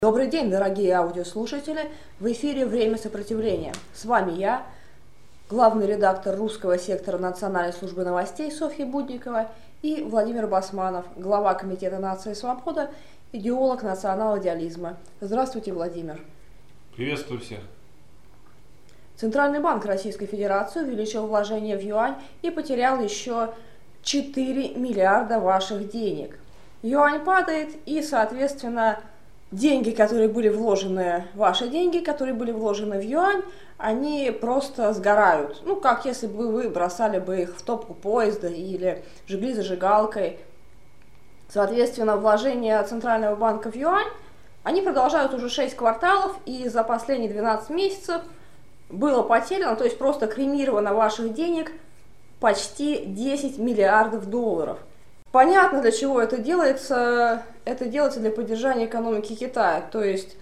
Добрый день, дорогие аудиослушатели! В эфире «Время сопротивления». С вами я, главный редактор русского сектора Национальной службы новостей Софья Будникова и Владимир Басманов, глава Комитета «Нация и свобода», идеолог национал-идеализма. Здравствуйте, Владимир. Приветствую всех. Центральный банк Российской Федерации увеличил вложения в юань и потерял еще 4 миллиарда ваших денег. Юань падает и, соответственно, деньги, которые были вложены, ваши деньги, которые были вложены в юань, они просто сгорают. Ну, как если бы вы бросали бы их в топку поезда или жгли зажигалкой. Соответственно, вложения Центрального банка в юань, они продолжают уже 6 кварталов, и за последние 12 месяцев было потеряно, то есть просто кремировано ваших денег почти 10 миллиардов долларов. Понятно, для чего это делается. Это делается для поддержания экономики Китая. То есть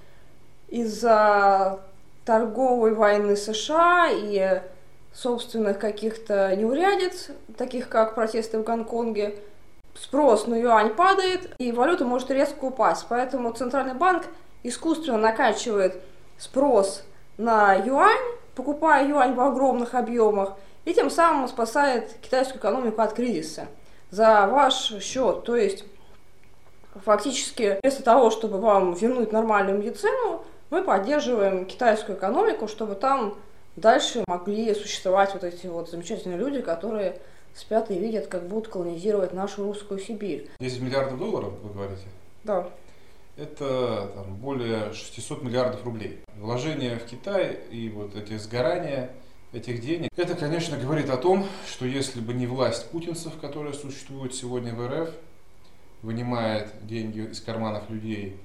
из-за торговой войны США и собственных каких-то неурядиц, таких как протесты в Гонконге, спрос на юань падает, и валюта может резко упасть. Поэтому Центральный банк искусственно накачивает спрос на юань, покупая юань в огромных объемах, и тем самым спасает китайскую экономику от кризиса за ваш счет. То есть фактически вместо того, чтобы вам вернуть нормальную медицину, мы поддерживаем китайскую экономику, чтобы там дальше могли существовать вот эти вот замечательные люди, которые спят и видят, как будут колонизировать нашу русскую Сибирь. 10 миллиардов долларов, вы говорите? Да. Это более 600 миллиардов рублей. Вложения в Китай и вот эти сгорания этих денег, это, конечно, говорит о том, что если бы не власть путинцев, которая существует сегодня в РФ, вынимает деньги из карманов людей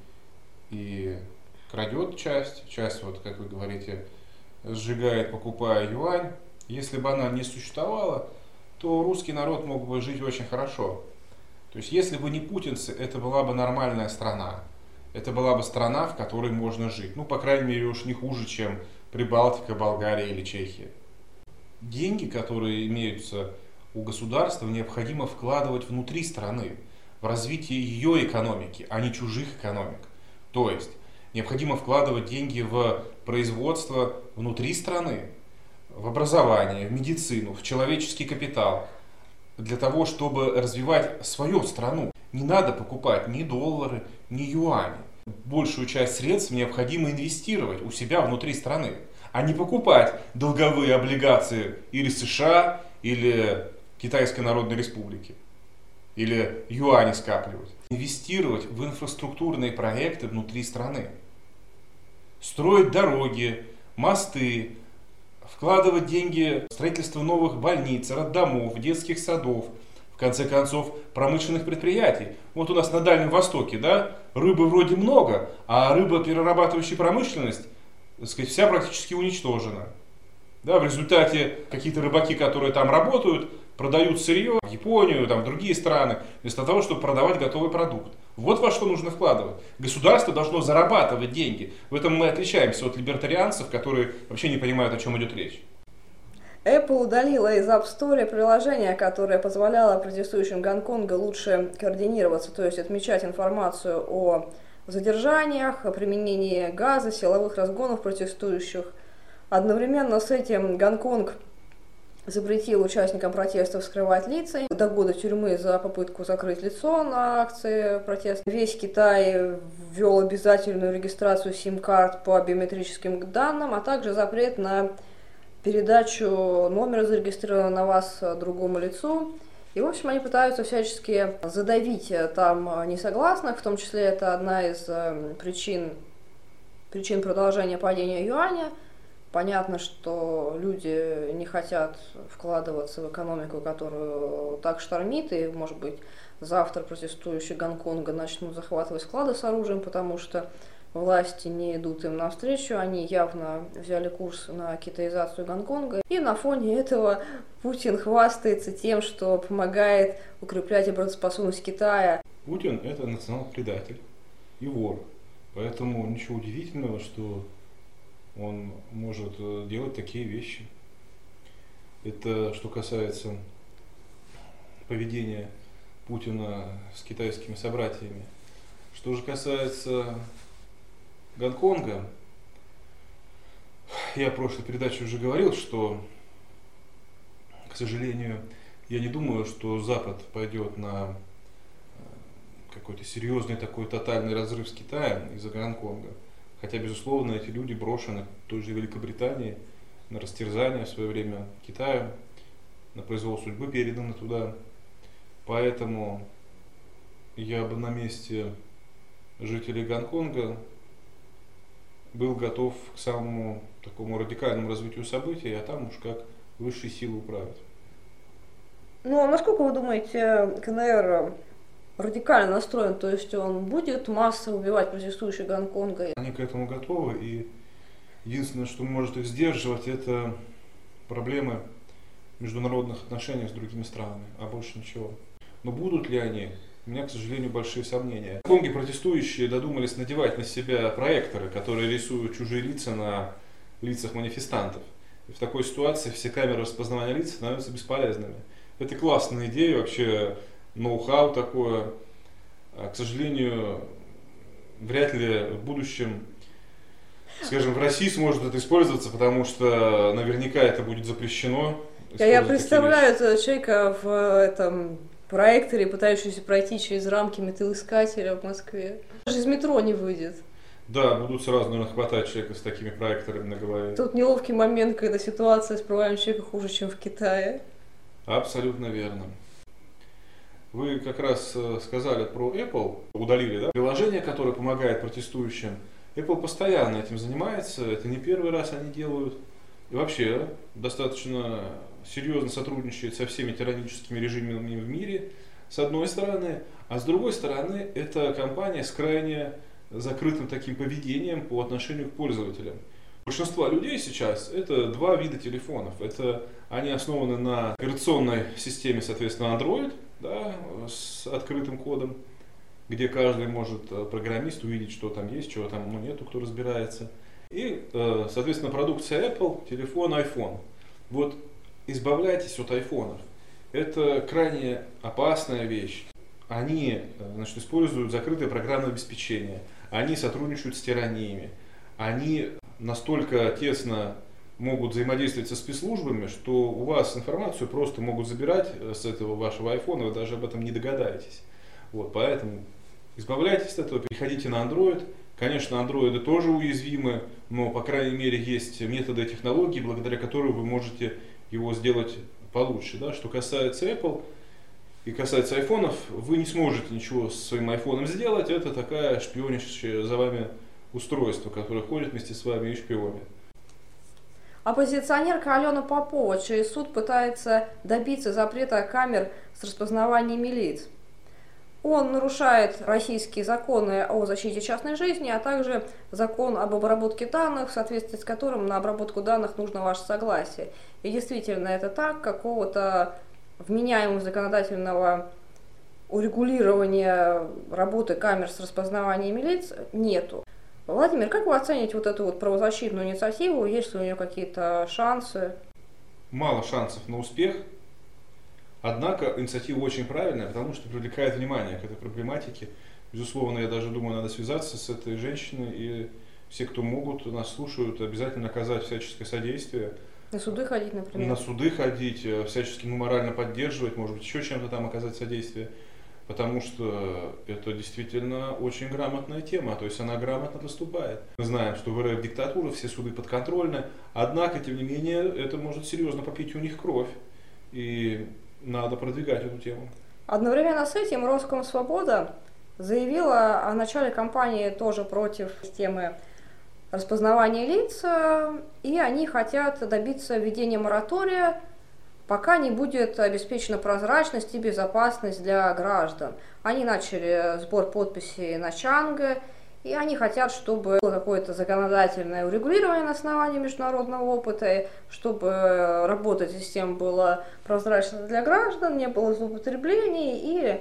и крадет часть, вот, как вы говорите, сжигает, покупая юань, если бы она не существовала, то русский народ мог бы жить очень хорошо. То есть, если бы не путинцы, это была бы нормальная страна. Это была бы страна, в которой можно жить. Ну, по крайней мере, уж не хуже, чем Прибалтика, Болгария или Чехия. Деньги, которые имеются у государства, необходимо вкладывать внутри страны, в развитие ее экономики, а не чужих экономик. То есть, необходимо вкладывать деньги в производство внутри страны, в образование, в медицину, в человеческий капитал, для того, чтобы развивать свою страну. Не надо покупать ни доллары, ни юани. Большую часть средств необходимо инвестировать у себя внутри страны, а не покупать долговые облигации или США, или Китайской Народной Республики, или юани скапливать. Инвестировать в инфраструктурные проекты внутри страны. Строить дороги, мосты, вкладывать деньги в строительство новых больниц, роддомов, детских садов, в конце концов, промышленных предприятий. Вот у нас на Дальнем Востоке, да, рыбы вроде много, а рыбоперерабатывающая промышленность, так сказать, вся практически уничтожена. Да, в результате какие-то рыбаки, которые там работают, продают сырье в Японию, там, в другие страны, вместо того, чтобы продавать готовый продукт. Вот во что нужно вкладывать. Государство должно зарабатывать деньги. В этом мы отличаемся от либертарианцев, которые вообще не понимают, о чем идет речь. Apple удалила из App Store приложение, которое позволяло протестующим Гонконга лучше координироваться, то есть отмечать информацию о задержаниях, о применении газа, силовых разгонов протестующих. Одновременно с этим Гонконг запретил участникам протестов скрывать лица до года тюрьмы за попытку закрыть лицо на акции протеста. Весь Китай ввел обязательную регистрацию сим-карт по биометрическим данным, а также запрет на передачу номера, зарегистрированного на вас, другому лицу. И, в общем, они пытаются всячески задавить там несогласных, в том числе это одна из причин продолжения падения юаня. Понятно, что люди не хотят вкладываться в экономику, которую так штормит, и, может быть, завтра протестующие Гонконга начнут захватывать склады с оружием, потому что власти не идут им навстречу, они явно взяли курс на китаизацию Гонконга. И на фоне этого Путин хвастается тем, что помогает укреплять обороноспособность Китая. Путин – это национал-предатель и вор. Поэтому ничего удивительного, что он может делать такие вещи. Это что касается поведения Путина с китайскими собратьями. Что же касается Гонконга. Я в прошлой передаче уже говорил, что, к сожалению, я не думаю, что Запад пойдет на какой-то серьезный такой тотальный разрыв с Китаем из-за Гонконга. Хотя, безусловно, эти люди брошены той же Великобритании на растерзание в свое время Китаю, на произвол судьбы переданы туда. Поэтому я бы на месте жителей Гонконга был готов к самому такому радикальному развитию событий, а там уж как высшие силы управят. Ну, а насколько вы думаете, КНР радикально настроен, то есть он будет массово убивать протестующих Гонконга? Они к этому готовы, и единственное, что может их сдерживать, это проблемы международных отношений с другими странами, а больше ничего. Но будут ли они? У меня, к сожалению, большие сомнения. В Гонконге протестующие додумались надевать на себя проекторы, которые рисуют чужие лица на лицах манифестантов. И в такой ситуации все камеры распознавания лиц становятся бесполезными. Это классная идея, вообще ноу-хау такое. К сожалению, вряд ли в будущем, скажем, в России сможет это использоваться, потому что наверняка это будет запрещено. Я представляю этого человека в этом проекторе, пытающийся пройти через рамки металлоискателя в Москве. Даже из метро не выйдет. Да, будут сразу, наверное, хватать человека с такими проекторами на голове. Тут неловкий момент, когда ситуация с правами человека хуже, чем в Китае. Абсолютно верно. Вы как раз сказали про Apple, удалили, да? Приложение, которое помогает протестующим. Apple постоянно этим занимается, это не первый раз они делают. И вообще достаточно серьезно сотрудничает со всеми тираническими режимами в мире, с одной стороны. А с другой стороны, это компания с крайне закрытым таким поведением по отношению к пользователям. Большинство людей сейчас это два вида телефонов. Они основаны на операционной системе, соответственно, Android, да, с открытым кодом, где каждый может, программист, увидеть, что там есть, чего там нету, кто разбирается. И, соответственно, продукция Apple, телефон, iPhone. Вот избавляйтесь от айфонов. Это крайне опасная вещь. Они, значит, используют закрытое программное обеспечение. Они сотрудничают с тираниями. Они настолько тесно могут взаимодействовать со спецслужбами, что у вас информацию просто могут забирать с этого вашего айфона, вы даже об этом не догадаетесь. Вот, поэтому избавляйтесь от этого, переходите на Android. Конечно, андроиды тоже уязвимы, но, по крайней мере, есть методы и технологии, благодаря которым вы можете его сделать получше. Да? Что касается Apple и касается айфонов, вы не сможете ничего с своим айфоном сделать. Это такая шпионящая за вами устройство, которое ходит вместе с вами и шпионит. Оппозиционерка Алена Попова через суд пытается добиться запрета камер с распознаванием лиц. Он нарушает российские законы о защите частной жизни, а также закон об обработке данных, в соответствии с которым на обработку данных нужно ваше согласие. И действительно это так, какого-то вменяемого законодательного урегулирования работы камер с распознаванием лиц нету. Владимир, как вы оцените вот эту вот правозащитную инициативу? Есть ли у нее какие-то шансы? Мало шансов на успех. Однако инициатива очень правильная, потому что привлекает внимание к этой проблематике. Безусловно, я даже думаю, надо связаться с этой женщиной, и все, кто могут, нас слушают, обязательно оказать всяческое содействие. На суды ходить, например? На суды ходить, всячески морально поддерживать, может быть, еще чем-то там оказать содействие. Потому что это действительно очень грамотная тема, то есть она грамотно поступает. Мы знаем, что в РФ диктатура, все суды подконтрольны, однако, тем не менее, это может серьезно попить у них кровь. И надо продвигать эту тему. Одновременно с этим Роскомсвобода заявила о начале кампании тоже против системы распознавания лиц, и они хотят добиться введения моратория, пока не будет обеспечена прозрачность и безопасность для граждан. Они начали сбор подписей на Чанга, и они хотят, чтобы было какое-то законодательное урегулирование на основании международного опыта, чтобы работа системы была прозрачна для граждан, не было злоупотреблений, и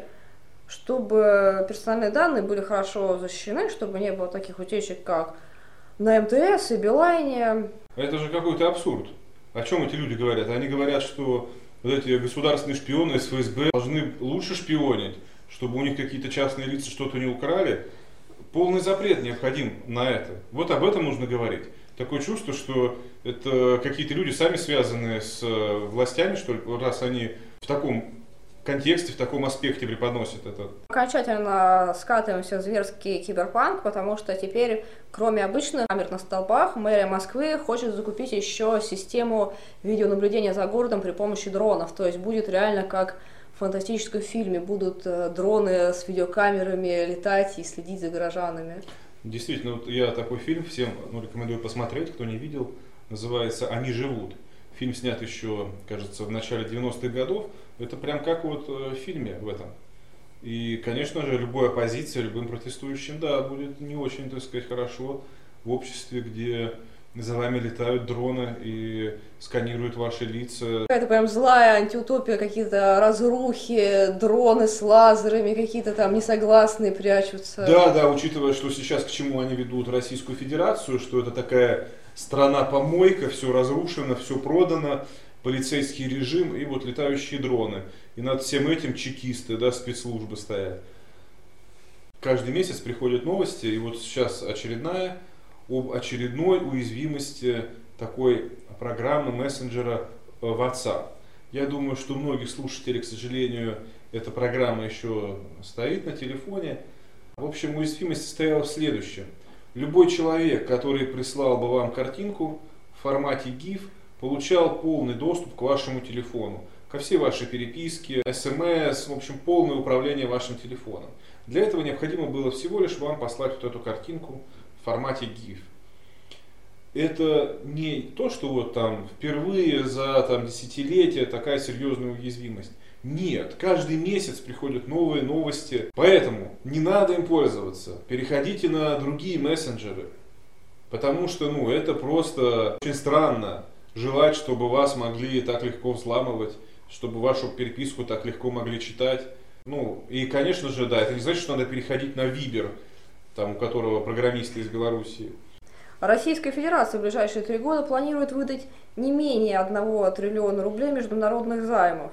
чтобы персональные данные были хорошо защищены, чтобы не было таких утечек, как на МТС и Билайне. Это же какой-то абсурд. О чем эти люди говорят? Они говорят, что вот эти государственные шпионы из ФСБ должны лучше шпионить, чтобы у них какие-то частные лица что-то не украли. полный запрет необходим на это. Вот об этом нужно говорить. Такое чувство, что это какие-то люди сами связаны с властями, что ли, раз они в таком контексте, в таком аспекте преподносят это. Окончательно скатываемся в зверский киберпанк, потому что теперь, кроме обычных камер на столбах, мэрия Москвы хочет закупить еще систему видеонаблюдения за городом при помощи дронов. То есть будет реально как в фантастическом фильме, будут дроны с видеокамерами летать и следить за горожанами. Действительно, вот я такой фильм всем рекомендую посмотреть, кто не видел. Называется «Они живут». Фильм снят еще, кажется, в начале 90-х годов. Это прям как вот в фильме в этом. И, конечно же, любая оппозиция, любым протестующим, да, будет не очень, так сказать, хорошо в обществе, где за вами летают дроны и сканируют ваши лица. Это прям злая антиутопия, какие-то разрухи, дроны с лазерами, какие-то там несогласные прячутся. Да, учитывая, что сейчас к чему они ведут Российскую Федерацию, что это такая страна-помойка, все разрушено, все продано, полицейский режим и вот летающие дроны. И над всем этим чекисты, да, спецслужбы стоят. Каждый месяц приходят новости, и вот сейчас очередная об очередной уязвимости такой программы мессенджера WhatsApp. Я думаю, что у многих слушателей, к сожалению, эта программа еще стоит на телефоне. В общем, уязвимость состояла в следующем. Любой человек, который прислал бы вам картинку в формате GIF, получал полный доступ к вашему телефону, ко всей вашей переписке, смс, в общем, полное управление вашим телефоном. Для этого необходимо было всего лишь вам послать вот эту картинку в формате GIF. Это не то, что вот там впервые за там, десятилетия такая серьезная уязвимость. Нет, каждый месяц приходят новые новости, поэтому не надо им пользоваться. Переходите на другие мессенджеры, потому что это просто очень странно желать, чтобы вас могли так легко взламывать, чтобы вашу переписку так легко могли читать. И конечно же, да, это не значит, что надо переходить на Viber, там, у которого программисты из Белоруссии. Российская Федерация в ближайшие 3 года планирует выдать не менее 1 триллиона рублей международных займов.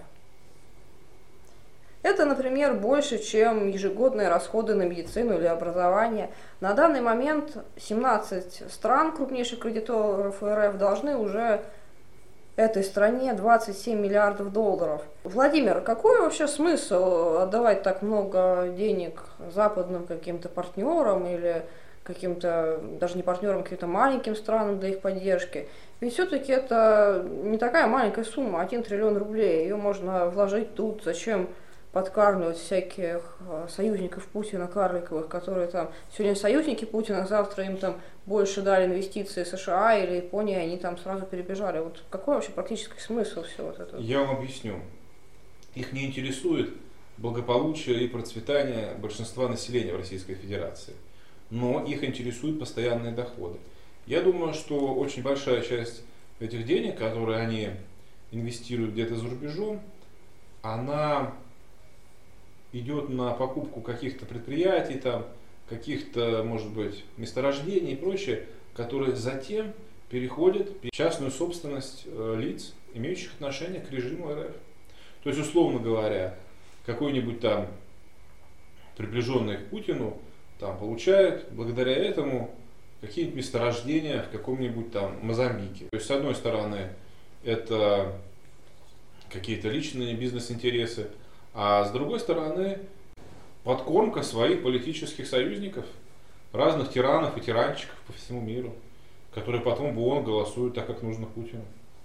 Это, например, больше, чем ежегодные расходы на медицину или образование. На данный момент 17 стран, крупнейших кредиторов РФ, должны уже этой стране 27 миллиардов долларов. Владимир, какой вообще смысл отдавать так много денег западным каким-то партнерам или каким-то, даже не партнерам, каким-то маленьким странам для их поддержки? Ведь все-таки это не такая маленькая сумма, 1 триллион рублей. Ее можно вложить тут. Зачем подкармливать всяких союзников Путина, карликовых, которые там сегодня союзники Путина, завтра им там больше дали инвестиции США или Япония, они там сразу перебежали. Вот какой вообще практический смысл всего вот этого? Я вам объясню. Их не интересует благополучие и процветание большинства населения в Российской Федерации, но их интересуют постоянные доходы. Я думаю, что очень большая часть этих денег, которые они инвестируют где-то за рубежом, она идет на покупку каких-то предприятий, там, каких-то, может быть, месторождений и прочее, которые затем переходят в частную собственность лиц, имеющих отношение к режиму РФ. То есть, условно говоря, какой-нибудь там приближенный к Путину там получает благодаря этому какие-нибудь месторождения в каком-нибудь там Мозамбике. То есть, с одной стороны, это какие-то личные бизнес-интересы, а с другой стороны, подкормка своих политических союзников, разных тиранов и тиранчиков по всему миру, которые потом в ООН голосуют так, как нужно Путину.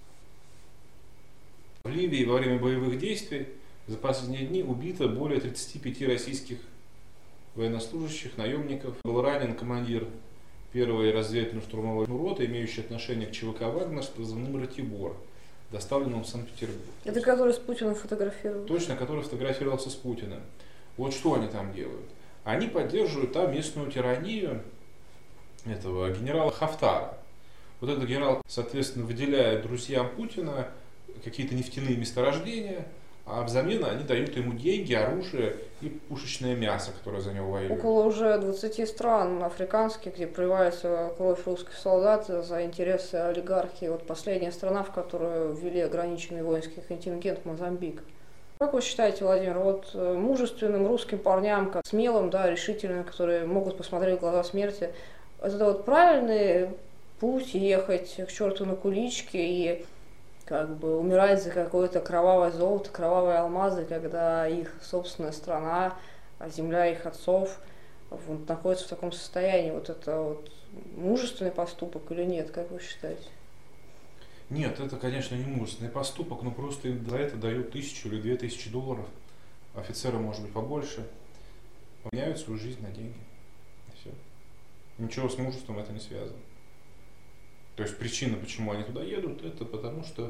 В Ливии во время боевых действий за последние дни убито более 35 российских военнослужащих, наемников. Был ранен командир первой разведывательно-штурмовой роты, имеющий отношение к ЧВК «Вагнер» с позывным «Ратибор», доставленным в Санкт-Петербург. Это который с Путиным фотографировал? Точно, который фотографировался с Путиным. Вот что они там делают? Они поддерживают там местную тиранию этого генерала Хафтара. Вот этот генерал, соответственно, выделяет друзьям Путина какие-то нефтяные месторождения, а взамен они дают ему деньги, оружие и пушечное мясо, которое за него воюет. Около уже 20 стран африканских, где проливается кровь русских солдат за интересы олигархии. Вот последняя страна, в которую ввели ограниченный воинский контингент, Мозамбик. Как вы считаете, Владимир, вот мужественным русским парням, как смелым, да, решительным, которые могут посмотреть в глаза смерти, это вот правильный путь ехать к черту на куличке и как бы умирать за какое-то кровавое золото, кровавые алмазы, когда их собственная страна, земля их отцов вот, находится в таком состоянии? Вот это вот мужественный поступок или нет, как вы считаете? Нет, это, конечно, не мужественный поступок, но просто им за это дают 1000 или 2000 долларов. Офицеры, может быть, побольше. Меняют свою жизнь на деньги. И все. Ничего с мужеством это не связано. То есть причина, почему они туда едут, это потому что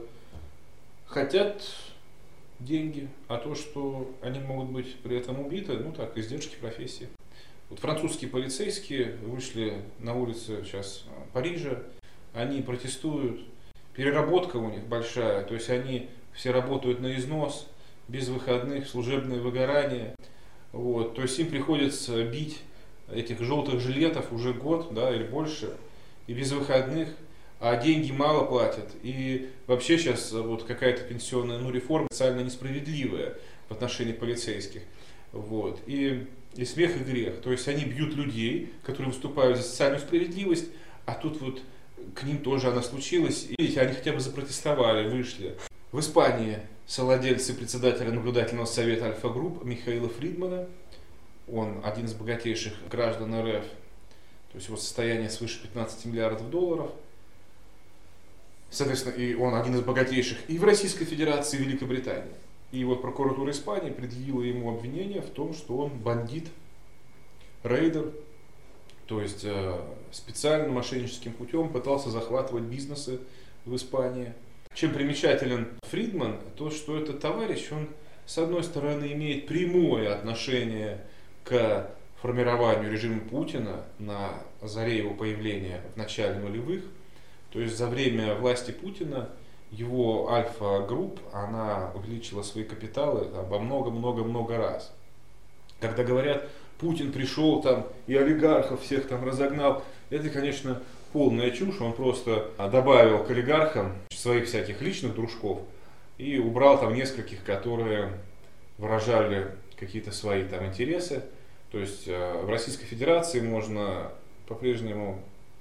хотят деньги, а то, что они могут быть при этом убиты, ну так, издержки профессии. Вот французские полицейские вышли на улицы сейчас Парижа, они протестуют, переработка у них большая, то есть они все работают на износ, без выходных, служебное выгорание. Вот, то есть им приходится бить этих желтых жилетов уже год, да, или больше, и без выходных, а деньги мало платят. И вообще сейчас вот какая-то пенсионная реформа социально несправедливая в отношении полицейских. Вот. И смех, и грех. То есть они бьют людей, которые выступают за социальную справедливость, а тут вот к ним тоже она случилась. И видите, они хотя бы запротестовали, вышли. В Испании совладельцы председателя наблюдательного совета Альфа-Групп Михаила Фридмана, он один из богатейших граждан РФ, то есть его состояние свыше 15 миллиардов долларов. Соответственно, и он один из богатейших и в Российской Федерации, и в Великобритании. И вот прокуратура Испании предъявила ему обвинение в том, что он бандит, рейдер, то есть специально мошенническим путем пытался захватывать бизнесы в Испании. Чем примечателен Фридман, то что этот товарищ, он с одной стороны имеет прямое отношение к формированию режима Путина на заре его появления в начале нулевых. То есть за время власти Путина его Альфа-групп, она увеличила свои капиталы во много-много-много раз. Когда говорят, Путин пришел там и олигархов всех там разогнал, это, конечно, полная чушь. Он просто добавил к олигархам своих всяких личных дружков и убрал там нескольких, которые выражали какие-то свои там интересы. То есть в Российской Федерации можно по-прежнему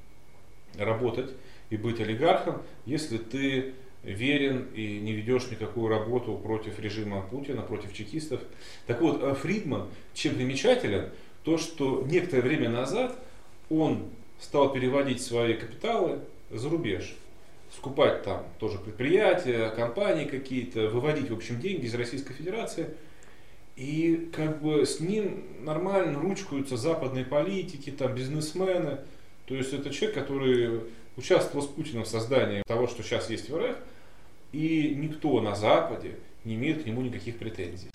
работать и быть олигархом, если ты верен и не ведешь никакую работу против режима Путина, против чекистов. Так вот, Фридман, чем примечателен, то, что некоторое время назад он стал переводить свои капиталы за рубеж, скупать там тоже предприятия, компании какие-то, выводить, в общем, деньги из Российской Федерации. И как бы с ним нормально ручкаются западные политики, там бизнесмены. То есть это человек, который участвовал с Путиным в создании того, что сейчас есть в РФ, и никто на Западе не имеет к нему никаких претензий.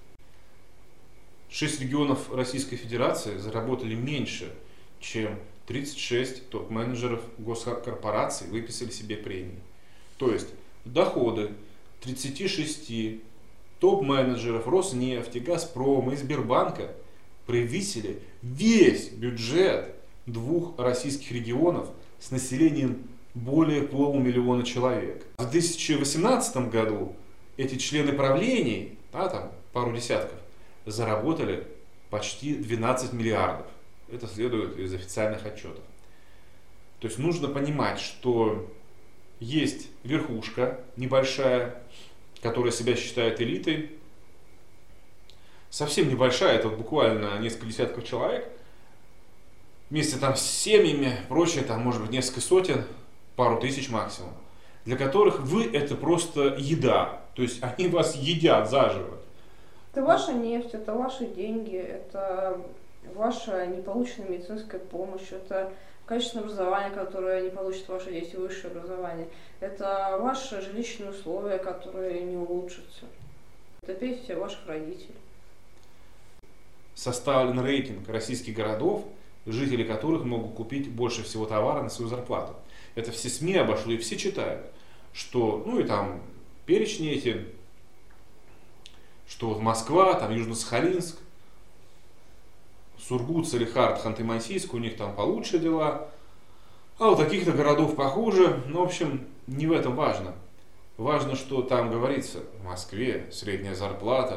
6 регионов Российской Федерации заработали меньше, чем 36 топ-менеджеров госкорпораций выписали себе премии. То есть доходы 36 топ-менеджеров Роснефти, Газпрома и Сбербанка превысили весь бюджет 2 российских регионов с населением более 500 000 человек. В 2018 году эти члены правлений, там пару десятков, заработали почти 12 миллиардов. Это следует из официальных отчетов. То есть нужно понимать, что есть верхушка небольшая, которая себя считает элитой. Совсем небольшая, это буквально несколько десятков человек. Вместе там с семьями, прочее, там может быть несколько сотен, пару тысяч максимум, для которых вы это просто еда. То есть они вас едят заживо. Это ваша нефть, это ваши деньги, это ваша неполученная медицинская помощь, это качественное образование, которое не получат ваши дети, высшее образование. Это ваши жилищные условия, которые не улучшатся. Это пенсия ваших родителей. Составлен рейтинг российских городов, жители которых могут купить больше всего товара на свою зарплату. Это все СМИ обошло и все читают, что, ну и там перечни эти, что вот Москва, там Южно-Сахалинск, Сургут, Салехард, Ханты-Мансийск, у них там получше дела, а у таких-то городов похуже. Ну, в общем, не в этом важно. Важно, что там говорится, в Москве средняя зарплата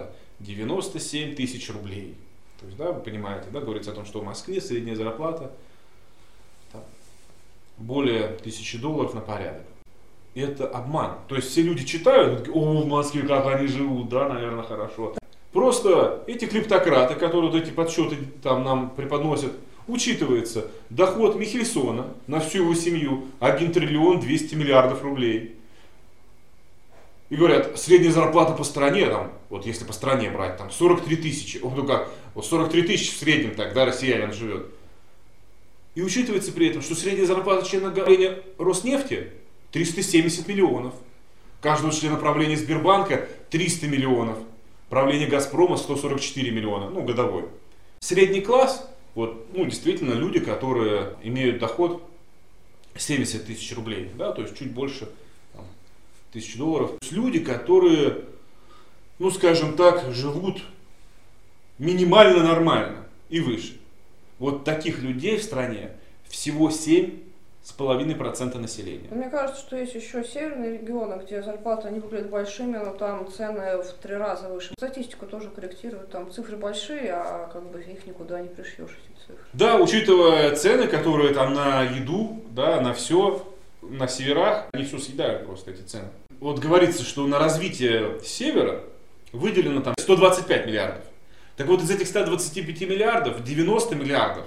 97 тысяч рублей. То есть, да, вы понимаете, да, говорится о том, что в Москве средняя зарплата там, более $1000 на порядок. Это обман. То есть все люди читают, о, в Москве как они живут, да, наверное, хорошо. Просто эти клептократы, которые вот эти подсчеты там нам преподносят, учитывается доход Михельсона на всю его семью 1 триллион 200 миллиардов рублей. И говорят, средняя зарплата по стране, там, вот если по стране брать, там 43 тысячи. Ну как, вот 43 тысячи в среднем так, да, россиянин живет. И учитывается при этом, что средняя зарплата члена правления Роснефти 370 миллионов. Каждого члена правления Сбербанка 300 миллионов. Правление Газпрома 144 миллиона, ну, годовой. Средний класс, вот, ну, действительно, люди, которые имеют доход 70 тысяч рублей, да, то есть чуть больше там, $1000. То есть люди, которые, ну, скажем так, живут минимально нормально и выше. Вот таких людей в стране всего 7,5% населения. Мне кажется, что есть еще северные регионы, где зарплаты не выглядят большими, но там цены в 3 раза выше. Статистику тоже корректируют, там цифры большие, а как бы их никуда не пришьешь, эти цифры. Да, учитывая цены, которые там на еду, да, на все, на северах, они все съедают просто, эти цены. Вот говорится, что на развитие севера выделено там 125 миллиардов. Так вот, из этих 125 миллиардов 90 миллиардов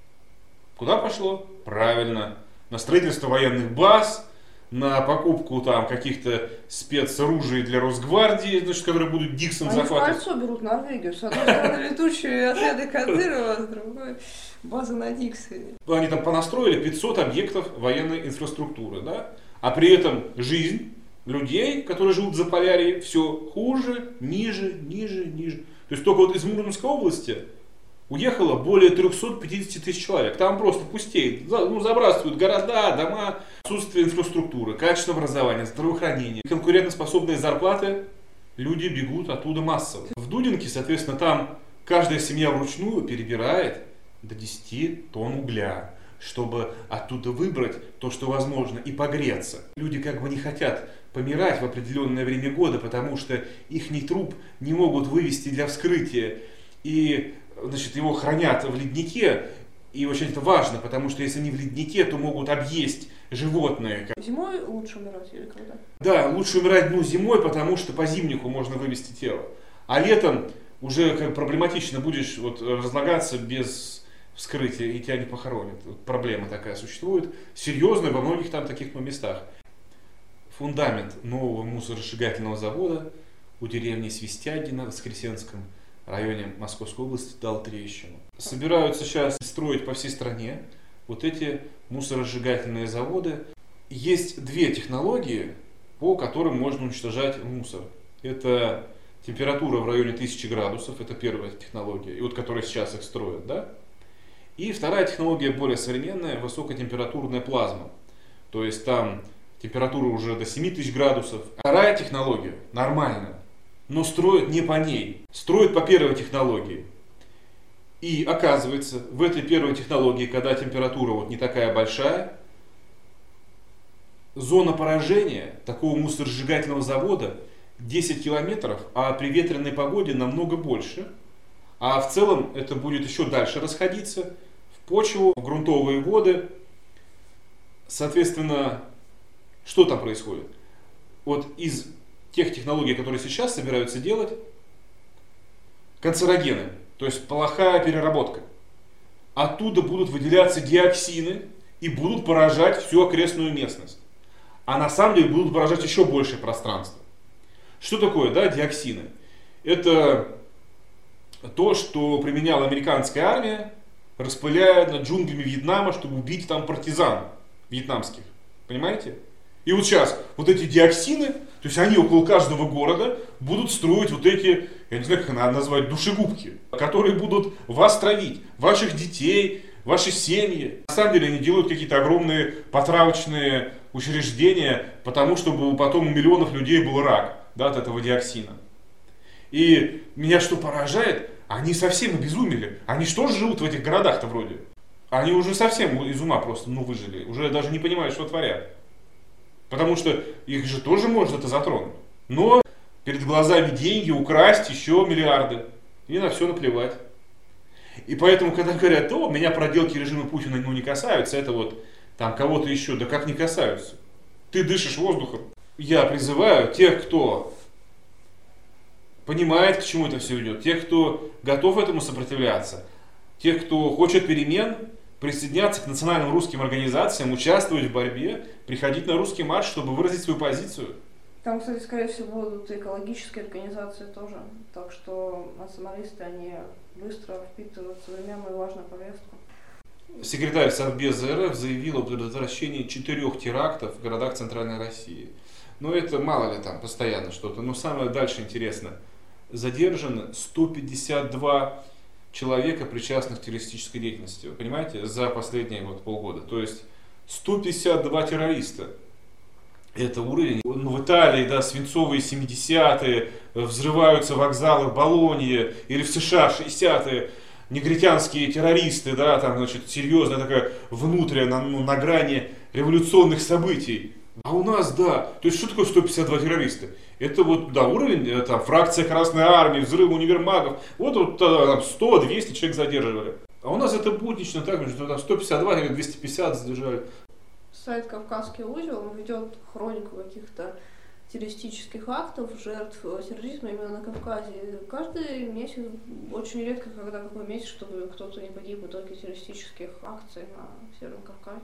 куда пошло? Правильно. На строительство военных баз, на покупку там каких-то спецоружий для Росгвардии, значит, которые будут Диксон захватывать. Они в кольцо берут Норвегию. С одной стороны летучие отряды Кадырова, с другой база на Диксоне. Они там понастроили 500 объектов военной инфраструктуры, да? А при этом жизнь людей, которые живут в Заполярье, все хуже, ниже, ниже, ниже. То есть только вот из Мурманской области уехало более 350 тысяч человек. Там просто пустеет, ну, забрасывают города, дома, отсутствие инфраструктуры, качество образования, здравоохранения, конкурентоспособные зарплаты, люди бегут оттуда массово. В Дудинке, соответственно, там каждая семья вручную перебирает до 10 тонн угля, чтобы оттуда выбрать то, что возможно, и погреться. Люди как бы не хотят помирать в определенное время года, потому что их труп не могут вывести для вскрытия. И, значит, его хранят в леднике. И очень это важно, потому что если они в леднике, то могут объесть животные. Зимой лучше умирать или когда? Да, лучше умирать зимой, потому что по зимнику можно вывести тело. А летом уже как проблематично будешь вот, разлагаться без вскрытия, и тебя не похоронят. Вот проблема такая существует, серьезная во многих там таких местах. Фундамент нового мусоросжигательного завода у деревни Свистягино в Воскресенском районе Московской области дал трещину. Собираются сейчас строить по всей стране вот эти мусоросжигательные заводы. Есть две технологии, по которым можно уничтожать мусор. Это температура в районе 1000 градусов, это первая технология, и вот которая сейчас их строят, да? И вторая технология более современная, высокотемпературная плазма. То есть там температура уже до 7000 градусов. Вторая технология нормальная, но строят не по ней, строят по первой технологии. И оказывается, в этой первой технологии, когда температура вот не такая большая, зона поражения такого мусоросжигательного завода 10 километров, а при ветреной погоде намного больше. А в целом это будет еще дальше расходиться в почву, в грунтовые воды. Соответственно, что там происходит? Вот из тех технологий, которые сейчас собираются делать, канцерогены, то есть плохая переработка. Оттуда будут выделяться диоксины и будут поражать всю окрестную местность. А на самом деле будут поражать еще большее пространство. Что такое, да, диоксины? Это то, что применяла американская армия, распыляя над джунглями Вьетнама, чтобы убить там партизан вьетнамских. Понимаете? И вот сейчас вот эти диоксины, то есть они около каждого города будут строить вот эти, я не знаю, как надо назвать, душегубки, которые будут вас травить, ваших детей, ваши семьи. На самом деле они делают какие-то огромные потравочные учреждения, потому чтобы потом у миллионов людей был рак, да, от этого диоксина. И меня что поражает, они совсем обезумели. Они что же живут в этих городах-то вроде? Они уже совсем из ума просто, ну, выжили. Уже даже не понимают, что творят. Потому что их же тоже может это затронуть. Но перед глазами деньги, украсть еще миллиарды. И на все наплевать. И поэтому, когда говорят, о, меня проделки режима Путина не касаются, это вот там кого-то еще, да как не касаются? Ты дышишь воздухом. Я призываю тех, кто понимает, к чему это все идет, тех, кто готов этому сопротивляться, тех, кто хочет перемен, присоединяться к национальным русским организациям, участвовать в борьбе, приходить на русский марш, чтобы выразить свою позицию. Там, кстати, скорее всего, будут экологические организации тоже. Так что националисты, они быстро впитывают современную важную повестку. Секретарь Совбеза РФ заявил о предотвращении 4 терактов в городах Центральной России. Но это мало ли там постоянно что-то. Но самое дальше интересно. Задержано 152 человека, причастных к террористической деятельности. Вы понимаете? За последние полгода. То есть 152 террориста. Это уровень. В Италии, да, свинцовые 70-е, взрываются вокзалы в Болонье, или в США 60-е, негритянские террористы, да, там, значит, серьезная такая внутренняя, на грани революционных событий. А у нас, да, то есть что такое 152 террориста? Это вот, да, уровень, это фракция Красной Армии, взрыв универмагов, вот там 100-200 человек задерживали. А у нас это буднично, так, что там 152 или 250 задержали. Сайт «Кавказский узел» ведет хронику каких-то террористических актов, жертв терроризма именно на Кавказе. Каждый месяц, очень редко, когда какой месяц, чтобы кто-то не погиб в итоге террористических акций на Северном Кавказе.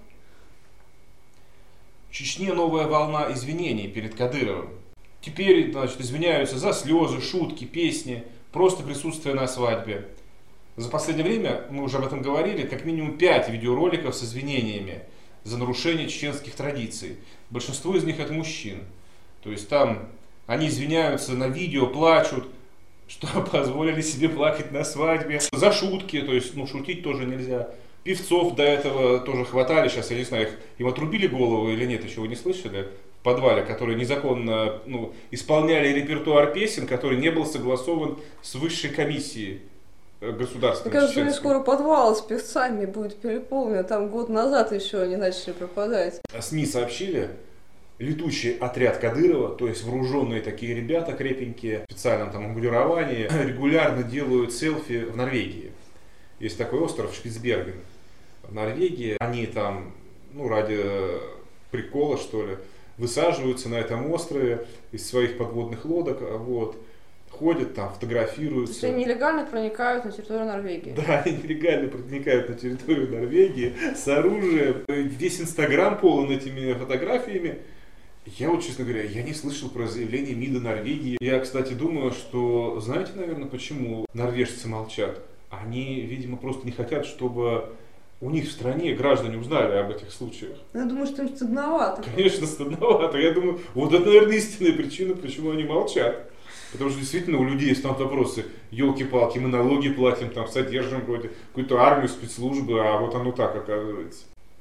В Чечне новая волна извинений перед Кадыровым. Теперь, значит, извиняются за слезы, шутки, песни, просто присутствие на свадьбе. За последнее время, мы уже об этом говорили, как минимум 5 видеороликов с извинениями за нарушение чеченских традиций. Большинство из них это мужчин. То есть там они извиняются на видео, плачут, что позволили себе плакать на свадьбе. За шутки, то есть, шутить тоже нельзя. Певцов до этого тоже хватали, сейчас я не знаю, им отрубили голову или нет, еще вы не слышали? В подвале, которые незаконно исполняли репертуар песен, который не был согласован с высшей комиссией государственной. Мне кажется, скоро подвал с певцами будет переполнен, там год назад еще они начали пропадать. СМИ сообщили, летучий отряд Кадырова, то есть вооруженные такие ребята крепенькие, в специальном там обмундировании, регулярно делают селфи в Норвегии. Есть такой остров Шпицберген в Норвегии. Они там, ради прикола, что ли, высаживаются на этом острове из своих подводных лодок, ходят там, фотографируются. То есть они нелегально проникают на территорию Норвегии? Да, они нелегально проникают на территорию Норвегии с оружием. Весь Инстаграм полон этими фотографиями. Я честно говоря, я не слышал про заявление МИДа Норвегии. Я, кстати, думаю, что, знаете, наверное, почему норвежцы молчат? Они, видимо, просто не хотят, чтобы у них в стране граждане узнали об этих случаях. Я думаю, что им стыдновато. Конечно, стыдновато. Я думаю, вот это, наверное, истинная причина, почему они молчат. Потому что действительно у людей есть там вопросы, елки-палки, мы налоги платим, там содержим вроде какую-то армию, спецслужбы, а вот оно так оказывается.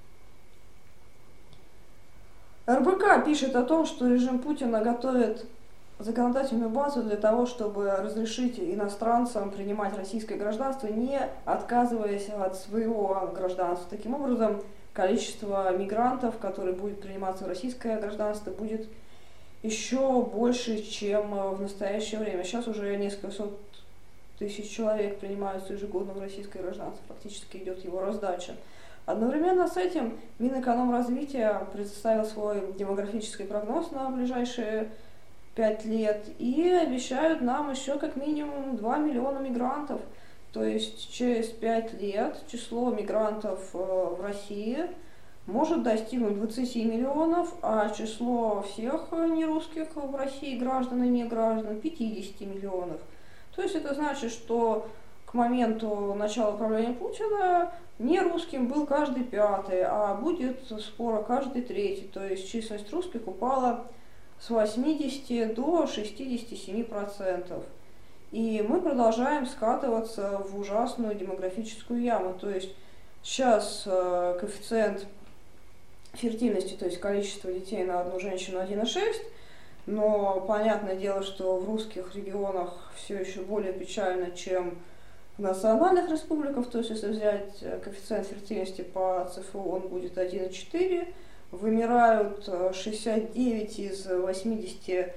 РБК пишет о том, что режим Путина готовит законодательную базу для того, чтобы разрешить иностранцам принимать российское гражданство, не отказываясь от своего гражданства. Таким образом, количество мигрантов, которые будут приниматься в российское гражданство, будет еще больше, чем в настоящее время. Сейчас уже несколько сот тысяч человек принимаются ежегодно в российское гражданство, фактически идет его раздача. Одновременно с этим Минэкономразвития представил свой демографический прогноз на ближайшие 5 лет и обещают нам еще как минимум 2 миллиона мигрантов. То есть через 5 лет число мигрантов в России может достигнуть 20 миллионов, а число всех нерусских в России граждан и неграждан 50 миллионов. То есть это значит, что к моменту начала правления Путина нерусским был каждый 5-й, а будет скоро каждый 3-й. То есть численность русских упала с 80 до 67%. И мы продолжаем скатываться в ужасную демографическую яму. То есть сейчас коэффициент фертильности, то есть количество детей на одну женщину 1,6, но понятное дело, что в русских регионах все еще более печально, чем в национальных республиках. То есть если взять коэффициент фертильности по ЦФУ, он будет 1,4. Вымирают 69 из 85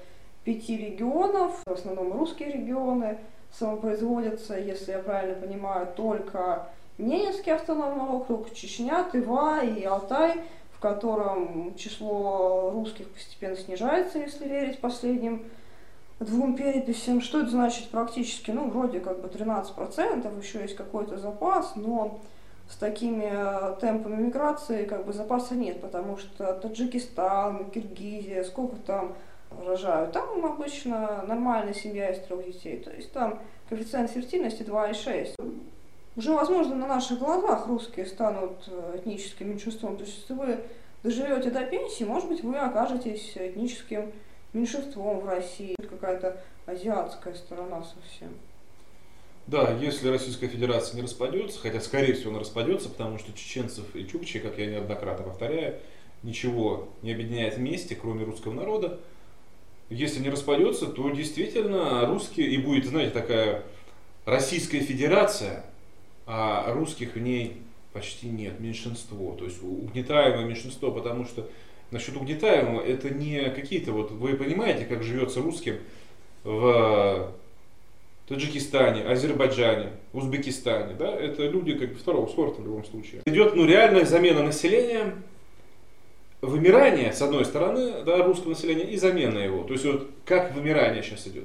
5 регионов, в основном русские регионы, самопроизводятся, если я правильно понимаю, только Ненецкий автономный округ, Чечня, Тыва и Алтай, в котором число русских постепенно снижается, если верить последним двум переписям. Что это значит практически? Ну, вроде как бы 13%, еще есть какой-то запас, но с такими темпами миграции как бы запаса нет, потому что Таджикистан, Киргизия, сколько там рожают, там обычно нормальная семья из 3 детей, то есть там коэффициент фертильности 2,6. Уже, возможно, на наших глазах русские станут этническим меньшинством, то есть если вы доживете до пенсии, может быть, вы окажетесь этническим меньшинством в России, какая-то азиатская сторона совсем. Да, если Российская Федерация не распадется, хотя, скорее всего, она распадется, потому что чеченцев и чукчи, как я неоднократно повторяю, ничего не объединяет вместе, кроме русского народа. Если не распадется, то действительно русские, и будет, знаете, такая Российская Федерация, а русских в ней почти нет, меньшинство, то есть угнетаемое меньшинство, потому что насчет угнетаемого это не какие-то, вот вы понимаете, как живется русским в Таджикистане, Азербайджане, Узбекистане, да, это люди как бы второго сорта в любом случае. Идет реальная замена населения, вымирание с одной стороны, да, русского населения и замена его. То есть вот как вымирание сейчас идет.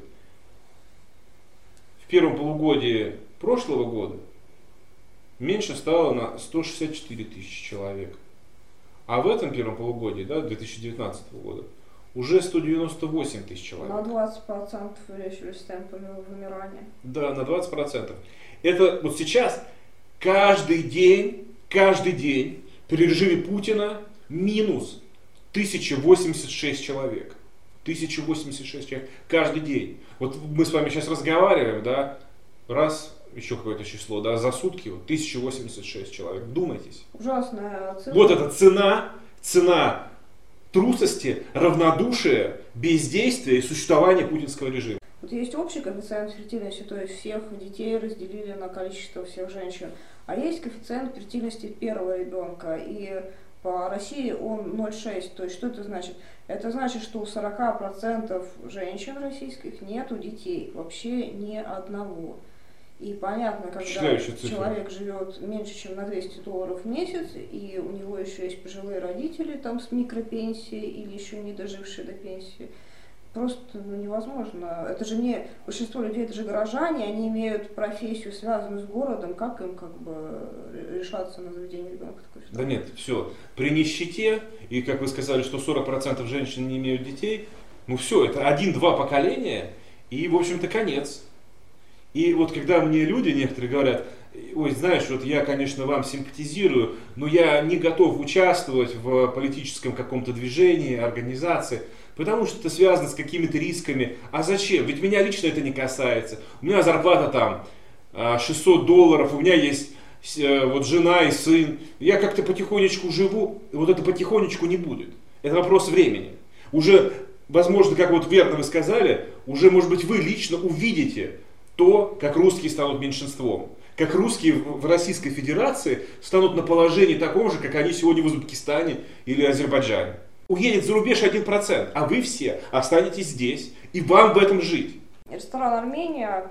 В первом полугодии прошлого года меньше стало на 164 тысячи человек. А в этом первом полугодии, да, 2019 года, уже 198 тысяч человек. На 20% увеличились темпами вымирания. Да, на 20%. Это вот сейчас каждый день при режиме Путина минус 1086 человек. 1086 человек каждый день. Вот мы с вами сейчас разговариваем, да, раз, еще какое-то число, да, за сутки вот, 1086 человек. Вдумайтесь. Ужасная цифра. Вот это цена трусости, равнодушия, бездействия и существования путинского режима. Вот есть общий коэффициент фертильности, то есть всех детей разделили на количество всех женщин. А есть коэффициент фертильности первого ребенка, и по России он 0,6. То есть что это значит? Это значит, что у 40% женщин российских нету детей, вообще ни одного. И понятно, когда человек живет меньше, чем на $200 в месяц, и у него еще есть пожилые родители там с микропенсией или еще не дожившие до пенсии, просто невозможно. Это же не большинство людей, это же горожане, они имеют профессию, связанную с городом, как им как бы решаться на заведение ребенка? Да нет, все. При нищете, и как вы сказали, что 40% женщин не имеют детей, ну все, это 1-2 поколения, и в общем-то конец. И вот когда мне люди некоторые говорят, ой, знаешь, вот я, конечно, вам симпатизирую, но я не готов участвовать в политическом каком-то движении, организации, потому что это связано с какими-то рисками. А зачем? Ведь меня лично это не касается. У меня зарплата там $600, у меня есть вот жена и сын. Я как-то потихонечку живу, вот это потихонечку не будет. Это вопрос времени. Уже, возможно, как вот верно вы сказали, уже, может быть, вы лично увидите то, как русские станут меньшинством. Как русские в Российской Федерации станут на положении таком же, как они сегодня в Узбекистане или Азербайджане. Уедет за рубеж 1%, а вы все останетесь здесь, и вам в этом жить. Ресторан «Армения»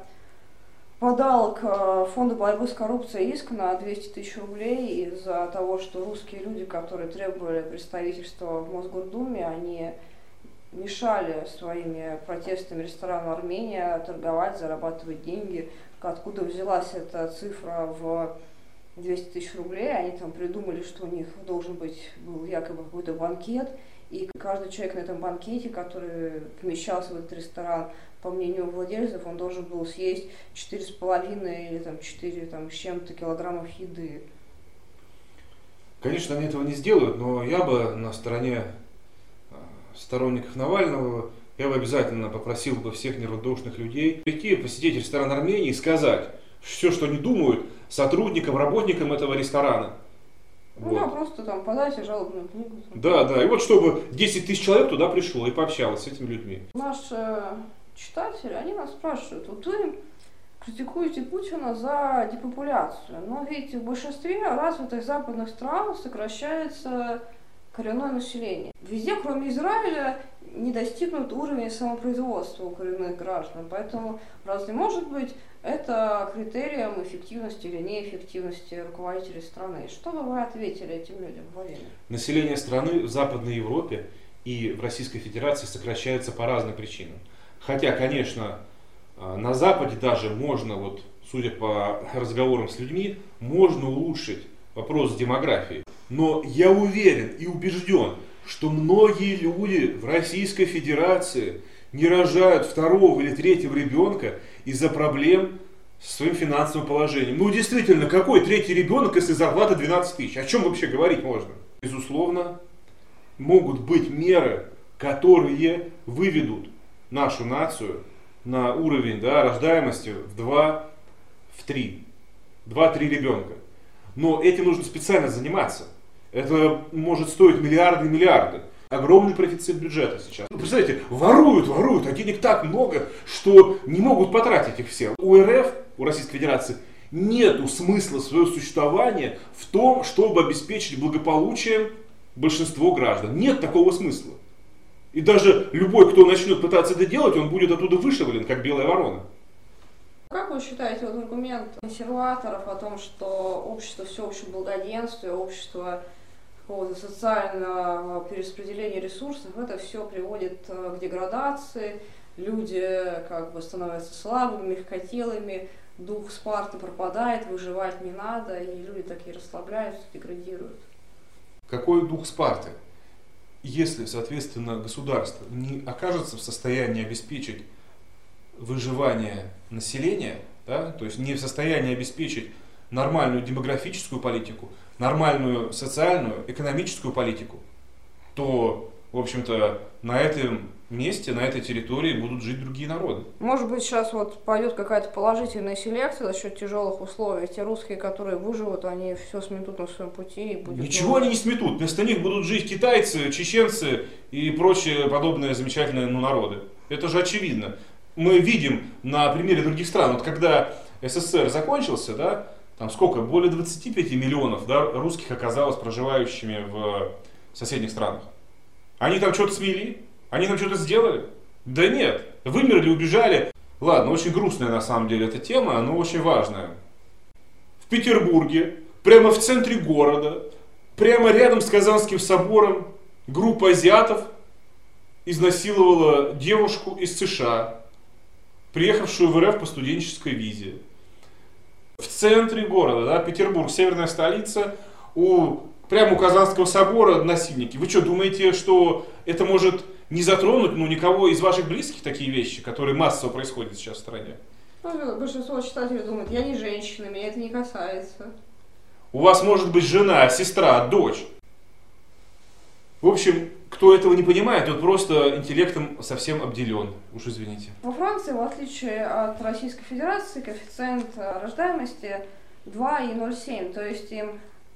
подал к Фонду борьбы с коррупцией иск на 200 тысяч рублей из-за того, что русские люди, которые требовали представительства в Мосгордуме, они мешали своими протестами ресторану «Армения» торговать, зарабатывать деньги. Откуда взялась эта цифра в 200 тысяч рублей? Они там придумали, что у них должен быть был якобы какой-то банкет, и каждый человек на этом банкете, который помещался в этот ресторан, по мнению владельцев, он должен был съесть 4,5 или там 4 там, с чем-то килограммов еды. Конечно, они этого не сделают, но я бы на стороне сторонников Навального, я бы обязательно попросил бы всех неравнодушных людей прийти, посетить ресторан «Армении» и сказать все, что они думают работникам этого ресторана. Ну вот. Да, просто там подайте жалобную книгу. Да, и вот чтобы 10 тысяч человек туда пришло и пообщалось с этими людьми. Наши читатели, они нас спрашивают, вот вы критикуете Путина за депопуляцию, но ведь в большинстве развитых западных стран сокращается коренное население. Везде, кроме Израиля, не достигнут уровня самопроизводства у коренных граждан. Поэтому разве может быть это критерием эффективности или неэффективности руководителей страны? Что бы вы ответили этим людям, Владимир? Население страны в Западной Европе и в Российской Федерации сокращается по разным причинам. Хотя, конечно, на Западе даже можно, вот, судя по разговорам с людьми, можно улучшить вопрос демографии. Но я уверен и убежден, что многие люди в Российской Федерации не рожают второго или третьего ребенка из-за проблем со своим финансовым положением. Ну действительно, какой третий ребенок, если зарплата 12 тысяч? О чем вообще говорить можно? Безусловно, могут быть меры, которые выведут нашу нацию на уровень, да, рождаемости в 2-3 ребенка. Но этим нужно специально заниматься. Это может стоить миллиарды и миллиарды. Огромный профицит бюджета сейчас. Представляете, воруют, а денег так много, что не могут потратить их все. У РФ, у Российской Федерации, нету смысла своего существования в том, чтобы обеспечить благополучие большинство граждан. Нет такого смысла. И даже любой, кто начнет пытаться это делать, он будет оттуда вышвырнут, как белая ворона. Как вы считаете, вот аргумент консерваторов о том, что общество всеобщего благоденствия, общество какого-то социального перераспределения ресурсов, это все приводит к деградации, люди как бы становятся слабыми, мягкотелыми, дух Спарты пропадает, выживать не надо, и люди такие расслабляются, деградируют? Какой дух Спарты? Если, соответственно, государство не окажется в состоянии обеспечить выживание населения, да, то есть не в состоянии обеспечить нормальную демографическую политику, нормальную социальную, экономическую политику, то, в общем-то, на этом месте, на этой территории будут жить другие народы. Может быть, сейчас вот пойдет какая-то положительная селекция за счет тяжелых условий. Те русские, которые выживут, они все сметут на своем пути. И будет Ничего они не сметут. Вместо них будут жить китайцы, чеченцы и прочие подобные замечательные народы. Это же очевидно. Мы видим на примере других стран, вот когда СССР закончился, да, там сколько, более 25 миллионов, да, русских оказалось проживающими в соседних странах. Они там что-то смели? Они там что-то сделали? Да нет, вымерли, убежали. Ладно, очень грустная на самом деле эта тема, но очень важная. В Петербурге, прямо в центре города, прямо рядом с Казанским собором, группа азиатов изнасиловала девушку из США, приехавшую в РФ по студенческой визе. В центре города, да, Петербург, северная столица, прямо у Казанского собора насильники. Вы что, думаете, что это может не затронуть никого из ваших близких, такие вещи, которые массово происходят сейчас в стране? Ну, большинство читателей думает, я не женщина, меня это не касается. У вас может быть жена, сестра, дочь. В общем, кто этого не понимает, тот просто интеллектом совсем обделен. Уж извините. Во Франции, в отличие от Российской Федерации, коэффициент рождаемости 2,07, то есть им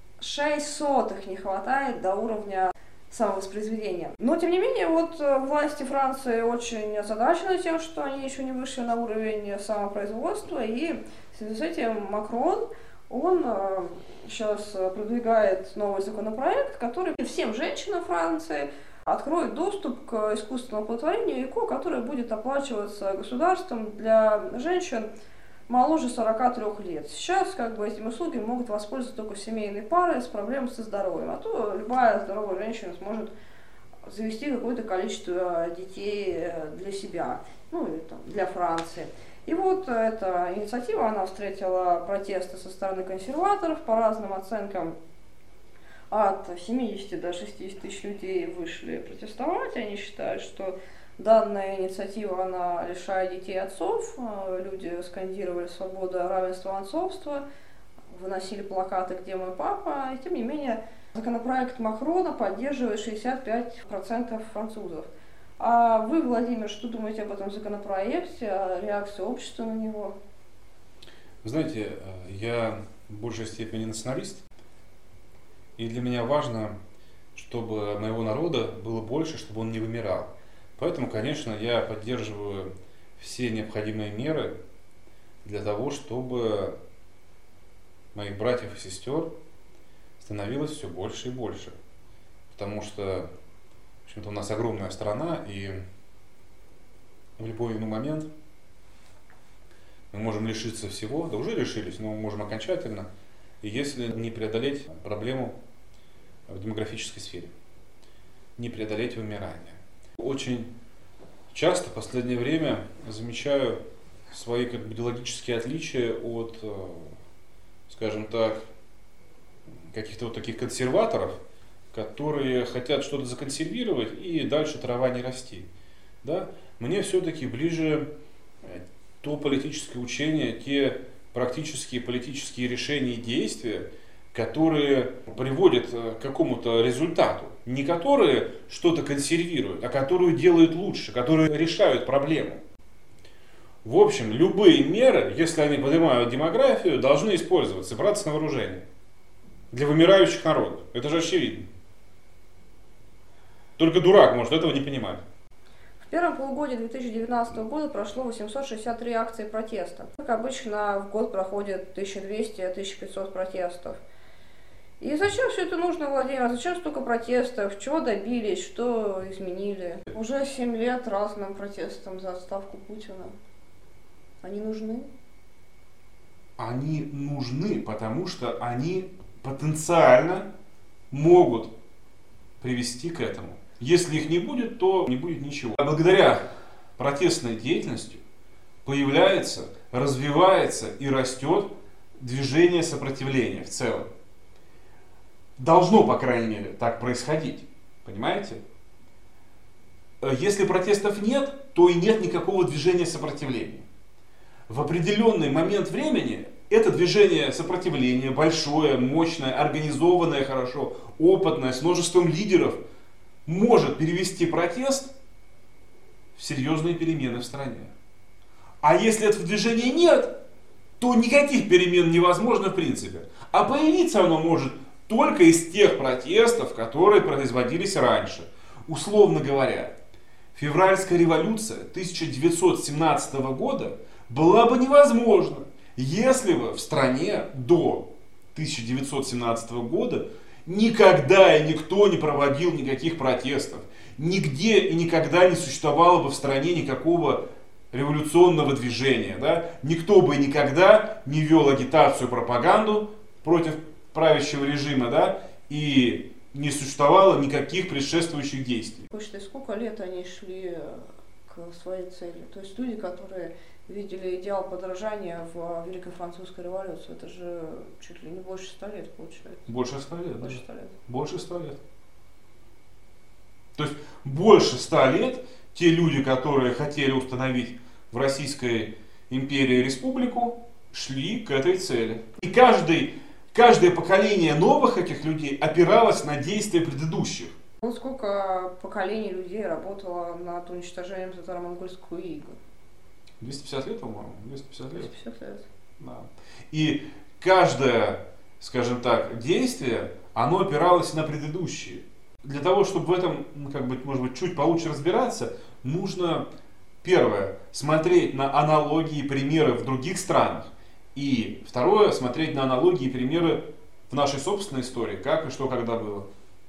0,06 не хватает до уровня самовоспроизведения. Но, тем не менее, вот власти Франции очень озадачены тем, что они еще не вышли на уровень самопроизводства, и в связи с этим Макрон, он сейчас продвигает новый законопроект, который всем женщинам Франции откроет доступ к искусственному оплодотворению ЭКО, которое будет оплачиваться государством для женщин моложе 43 лет. Сейчас как бы этими услугами могут воспользоваться только семейные пары с проблемами со здоровьем, а то любая здоровая женщина сможет завести какое-то количество детей для себя, ну или там, для Франции. И вот эта инициатива, она встретила протесты со стороны консерваторов. По разным оценкам от 70 до 60 тысяч людей вышли протестовать. Они считают, что данная инициатива, она лишает детей отцов. Люди скандировали свобода, равенство, отцовство, выносили плакаты «Где мой папа?». И тем не менее, законопроект Макрона поддерживает 65% французов. А вы, Владимир, что думаете об этом законопроекте, о реакции общества на него? Вы знаете, я в большей степени националист, и для меня важно, чтобы моего народа было больше, чтобы он не вымирал. Поэтому, конечно, я поддерживаю все необходимые меры для того, чтобы моих братьев и сестер становилось все больше и больше. Потому что общем-то, у нас огромная страна, и в любой момент мы можем лишиться всего, да уже лишились, но мы можем окончательно, и если не преодолеть проблему в демографической сфере, не преодолеть вымирание. Очень часто в последнее время замечаю свои идеологические отличия от, скажем так, каких-то вот таких консерваторов, которые хотят что-то законсервировать и дальше трава не расти. Да? Мне все-таки ближе то политическое учение, те практические политические решения и действия, которые приводят к какому-то результату. Не которые что-то консервируют, а которые делают лучше, которые решают проблему. В общем, любые меры, если они поднимают демографию, должны использоваться, браться на вооружение. Для вымирающих народов. Это же очевидно. Только дурак может этого не понимать. В первом полугодии 2019 года прошло 863 акции протеста. Как обычно, в год проходит 1200-1500 протестов. И зачем все это нужно, Владимир? Зачем столько протестов? Чего добились? Что изменили? Уже 7 лет разным протестам за отставку Путина. Они нужны? Они нужны, потому что они потенциально могут привести к этому. Если их не будет, то не будет ничего. А благодаря протестной деятельности появляется, развивается и растет движение сопротивления в целом. Должно, по крайней мере, так происходить. Понимаете? Если протестов нет, то и нет никакого движения сопротивления. В определенный момент времени это движение сопротивления, большое, мощное, организованное хорошо, опытное, с множеством лидеров, может перевести протест в серьезные перемены в стране. А если этого движения нет, то никаких перемен невозможно в принципе. А появиться оно может только из тех протестов, которые производились раньше. Условно говоря, февральская революция 1917 года была бы невозможна, если бы в стране до 1917 года никогда и никто не проводил никаких протестов. Нигде и никогда не существовало бы в стране никакого революционного движения. Да? Никто бы и никогда не вел агитацию, пропаганду против правящего режима, да? И не существовало никаких предшествующих действий. Сколько лет они шли к своей цели? То есть люди, которые видели идеал подражания в Великой Французской революции, это же чуть ли не больше 100 лет получается. Больше 100 лет, Больше да. 100 лет. Больше 100 лет. То есть больше 100 лет те люди, которые хотели установить в Российской империи республику, шли к этой цели. И каждое поколение новых этих людей опиралось на действия предыдущих. Вот сколько поколений людей работало над уничтожением татаро-монгольского ига? 250 лет, по-моему? 250 лет. 250 лет. Да. И каждое, скажем так, действие, оно опиралось на предыдущие. Для того, чтобы в этом, может быть, чуть получше разбираться, нужно, первое, смотреть на аналогии и примеры в других странах. И второе, смотреть на аналогии и примеры в нашей собственной истории, как и что, когда было.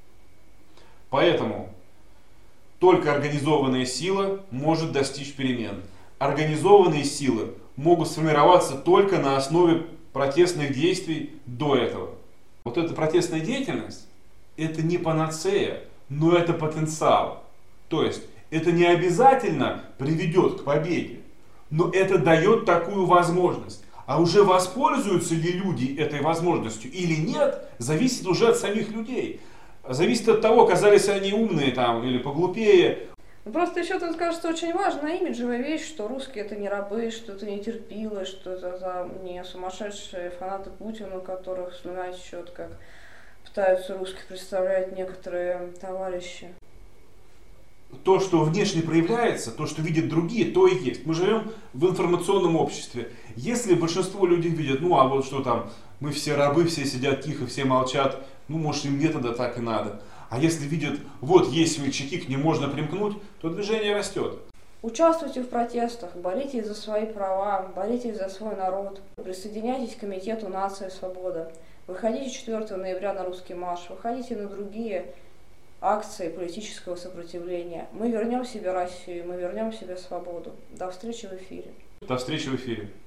Поэтому только организованная сила может достичь перемен. Организованные силы могут сформироваться только на основе протестных действий до этого. Вот эта протестная деятельность, это не панацея, но это потенциал. То есть это не обязательно приведет к победе, но это дает такую возможность. А уже воспользуются ли люди этой возможностью или нет, зависит уже от самих людей. Зависит от того, оказались они умные там или поглупее. Просто еще тут кажется очень важная имиджевая вещь, что русские это не рабы, что это не терпило, что это не сумасшедшие фанаты Путина, которых, знаете, счет как пытаются русских представлять некоторые товарищи. То, что внешне проявляется, то, что видят другие, то и есть. Мы живем в информационном обществе. Если большинство людей видят, ну а вот что там, мы все рабы, все сидят тихо, все молчат, ну может им метода так и надо. А если видят, вот есть смельчаки, к ним можно примкнуть, то движение растет. Участвуйте в протестах, боритесь за свои права, боритесь за свой народ. Присоединяйтесь к комитету «Нация. Свобода». Выходите 4 ноября на русский марш, выходите на другие. акции политического сопротивления. Мы вернем себе Россию, мы вернем себе свободу. До встречи в эфире. До встречи в эфире.